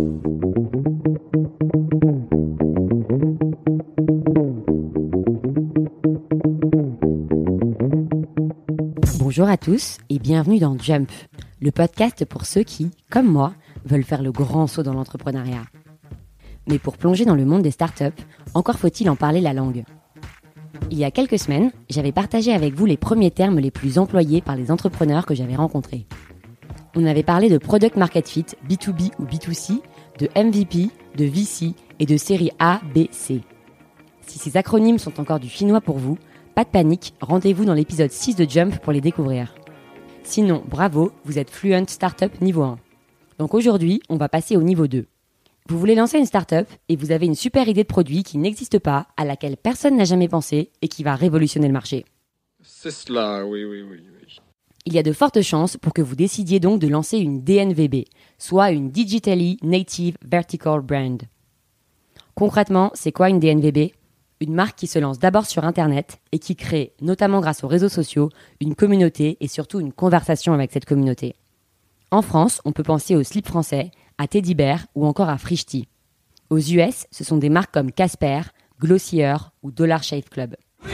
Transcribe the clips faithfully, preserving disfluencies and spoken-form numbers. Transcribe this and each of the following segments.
Bonjour à tous et bienvenue dans Jump, le podcast pour ceux qui, comme moi, veulent faire le grand saut dans l'entrepreneuriat. Mais pour plonger dans le monde des startups, encore faut-il en parler la langue. Il y a quelques semaines, j'avais partagé avec vous les premiers termes les plus employés par les entrepreneurs que j'avais rencontrés. On avait parlé de Product Market Fit, B deux B ou B deux C, de M V P, de V C et de série A, B, C. Si ces acronymes sont encore du chinois pour vous, pas de panique, rendez-vous dans l'épisode six de Jump pour les découvrir. Sinon, bravo, vous êtes Fluent Startup niveau un. Donc aujourd'hui, on va passer au niveau deux. Vous voulez lancer une startup et vous avez une super idée de produit qui n'existe pas, à laquelle personne n'a jamais pensé et qui va révolutionner le marché. C'est cela, oui, oui, oui, oui. Il y a de fortes chances pour que vous décidiez donc de lancer une D N V B, soit une Digitally Native Vertical Brand. Concrètement, c'est quoi une D N V B ? Une marque qui se lance d'abord sur Internet et qui crée, notamment grâce aux réseaux sociaux, une communauté et surtout une conversation avec cette communauté. En France, on peut penser au Slip français, à Teddy Bear ou encore à Frishti. Aux U S, ce sont des marques comme Casper, Glossier ou Dollar Shave Club. We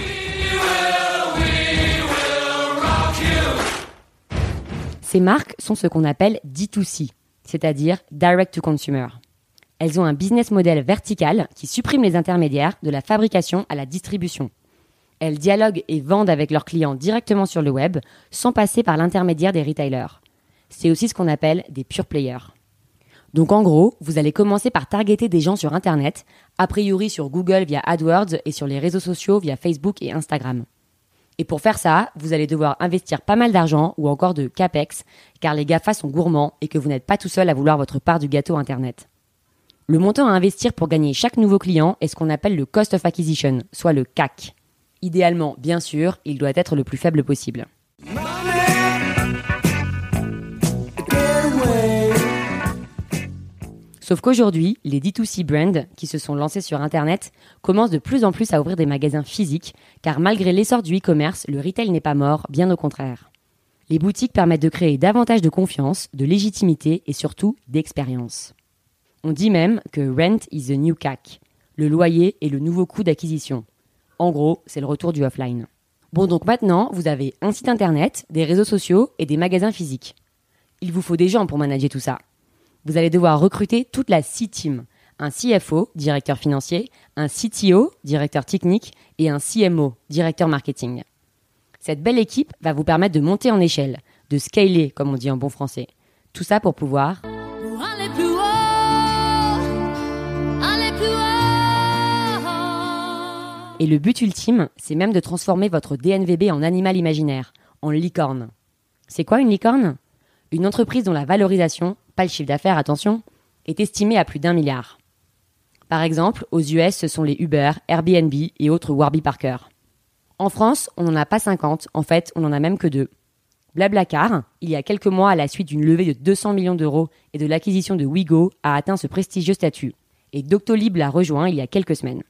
will, we will rock you. Ces marques sont ce qu'on appelle D deux C, c'est-à-dire Direct to Consumer. Elles ont un business model vertical qui supprime les intermédiaires de la fabrication à la distribution. Elles dialoguent et vendent avec leurs clients directement sur le web, sans passer par l'intermédiaire des retailers. C'est aussi ce qu'on appelle des pure players. Donc en gros, vous allez commencer par targeter des gens sur Internet, a priori sur Google via AdWords et sur les réseaux sociaux via Facebook et Instagram. Et pour faire ça, vous allez devoir investir pas mal d'argent ou encore de capex, car les GAFA sont gourmands et que vous n'êtes pas tout seul à vouloir votre part du gâteau Internet. Le montant à investir pour gagner chaque nouveau client est ce qu'on appelle le Cost of Acquisition, soit le C A C. Idéalement, bien sûr, il doit être le plus faible possible. Sauf qu'aujourd'hui, les D deux C brands qui se sont lancés sur Internet commencent de plus en plus à ouvrir des magasins physiques, car malgré l'essor du e-commerce, le retail n'est pas mort, bien au contraire. Les boutiques permettent de créer davantage de confiance, de légitimité et surtout d'expérience. On dit même que rent is the new C A C. Le loyer est le nouveau coût d'acquisition. En gros, c'est le retour du offline. Bon, donc maintenant, vous avez un site internet, des réseaux sociaux et des magasins physiques. Il vous faut des gens pour manager tout ça. Vous allez devoir recruter toute la C-Team. Un C F O, directeur financier, un C T O, directeur technique et un C M O, directeur marketing. Cette belle équipe va vous permettre de monter en échelle, de scaler, comme on dit en bon français. Tout ça pour pouvoir... Et le but ultime, c'est même de transformer votre D N V B en animal imaginaire, en licorne. C'est quoi une licorne ? Une entreprise dont la valorisation, pas le chiffre d'affaires, attention, est estimée à plus d'un milliard. Par exemple, aux U S, ce sont les Uber, Airbnb et autres Warby Parker. En France, on n'en a pas cinquante, en fait, on n'en a même que deux. Blablacar, il y a quelques mois à la suite d'une levée de deux cents millions d'euros et de l'acquisition de Wigo, a atteint ce prestigieux statut. Et Doctolib l'a rejoint il y a quelques semaines.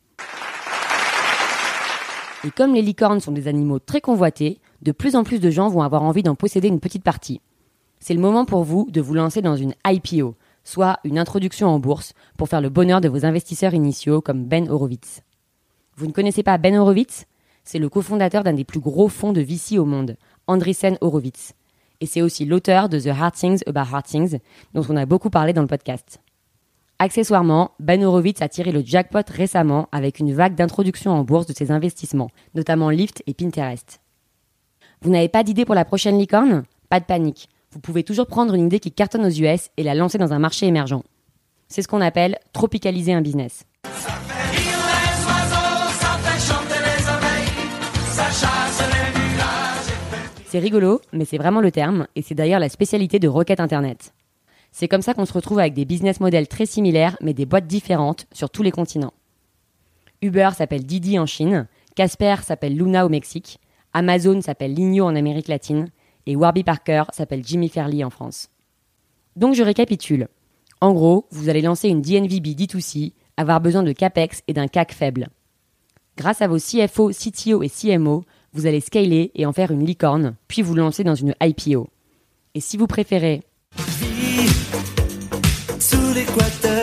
Et comme les licornes sont des animaux très convoités, de plus en plus de gens vont avoir envie d'en posséder une petite partie. C'est le moment pour vous de vous lancer dans une I P O, soit une introduction en bourse, pour faire le bonheur de vos investisseurs initiaux comme Ben Horowitz. Vous ne connaissez pas Ben Horowitz ? C'est le cofondateur d'un des plus gros fonds de V C au monde, Andreessen Horowitz. Et c'est aussi l'auteur de The Hard Things About Hard Things, dont on a beaucoup parlé dans le podcast. Accessoirement, Ben Horowitz a tiré le jackpot récemment avec une vague d'introduction en bourse de ses investissements, notamment Lyft et Pinterest. Vous n'avez pas d'idée pour la prochaine licorne ? Pas de panique. Vous pouvez toujours prendre une idée qui cartonne aux U S et la lancer dans un marché émergent. C'est ce qu'on appelle tropicaliser un business. Ça fait rire les oiseaux, ça fait chanter les abeilles, ça chasse les nuages. C'est rigolo, mais c'est vraiment le terme, et c'est d'ailleurs la spécialité de Rocket Internet. C'est comme ça qu'on se retrouve avec des business models très similaires, mais des boîtes différentes sur tous les continents. Uber s'appelle Didi en Chine, Casper s'appelle Luna au Mexique, Amazon s'appelle Linio en Amérique latine, et Warby Parker s'appelle Jimmy Fairley en France. Donc je récapitule. En gros, vous allez lancer une D N V B D deux C, avoir besoin de capex et d'un C A C faible. Grâce à vos C F O, C T O et C M O, vous allez scaler et en faire une licorne, puis vous lancer dans une I P O. Et si vous préférez... Vie sous l'équateur.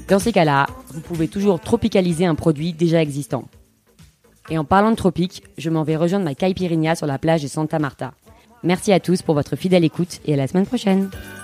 Dans ces cas-là, vous pouvez toujours tropicaliser un produit déjà existant. Et en parlant de tropique, je m'en vais rejoindre ma caipirinha sur la plage de Santa Marta. Merci à tous pour votre fidèle écoute et à la semaine prochaine.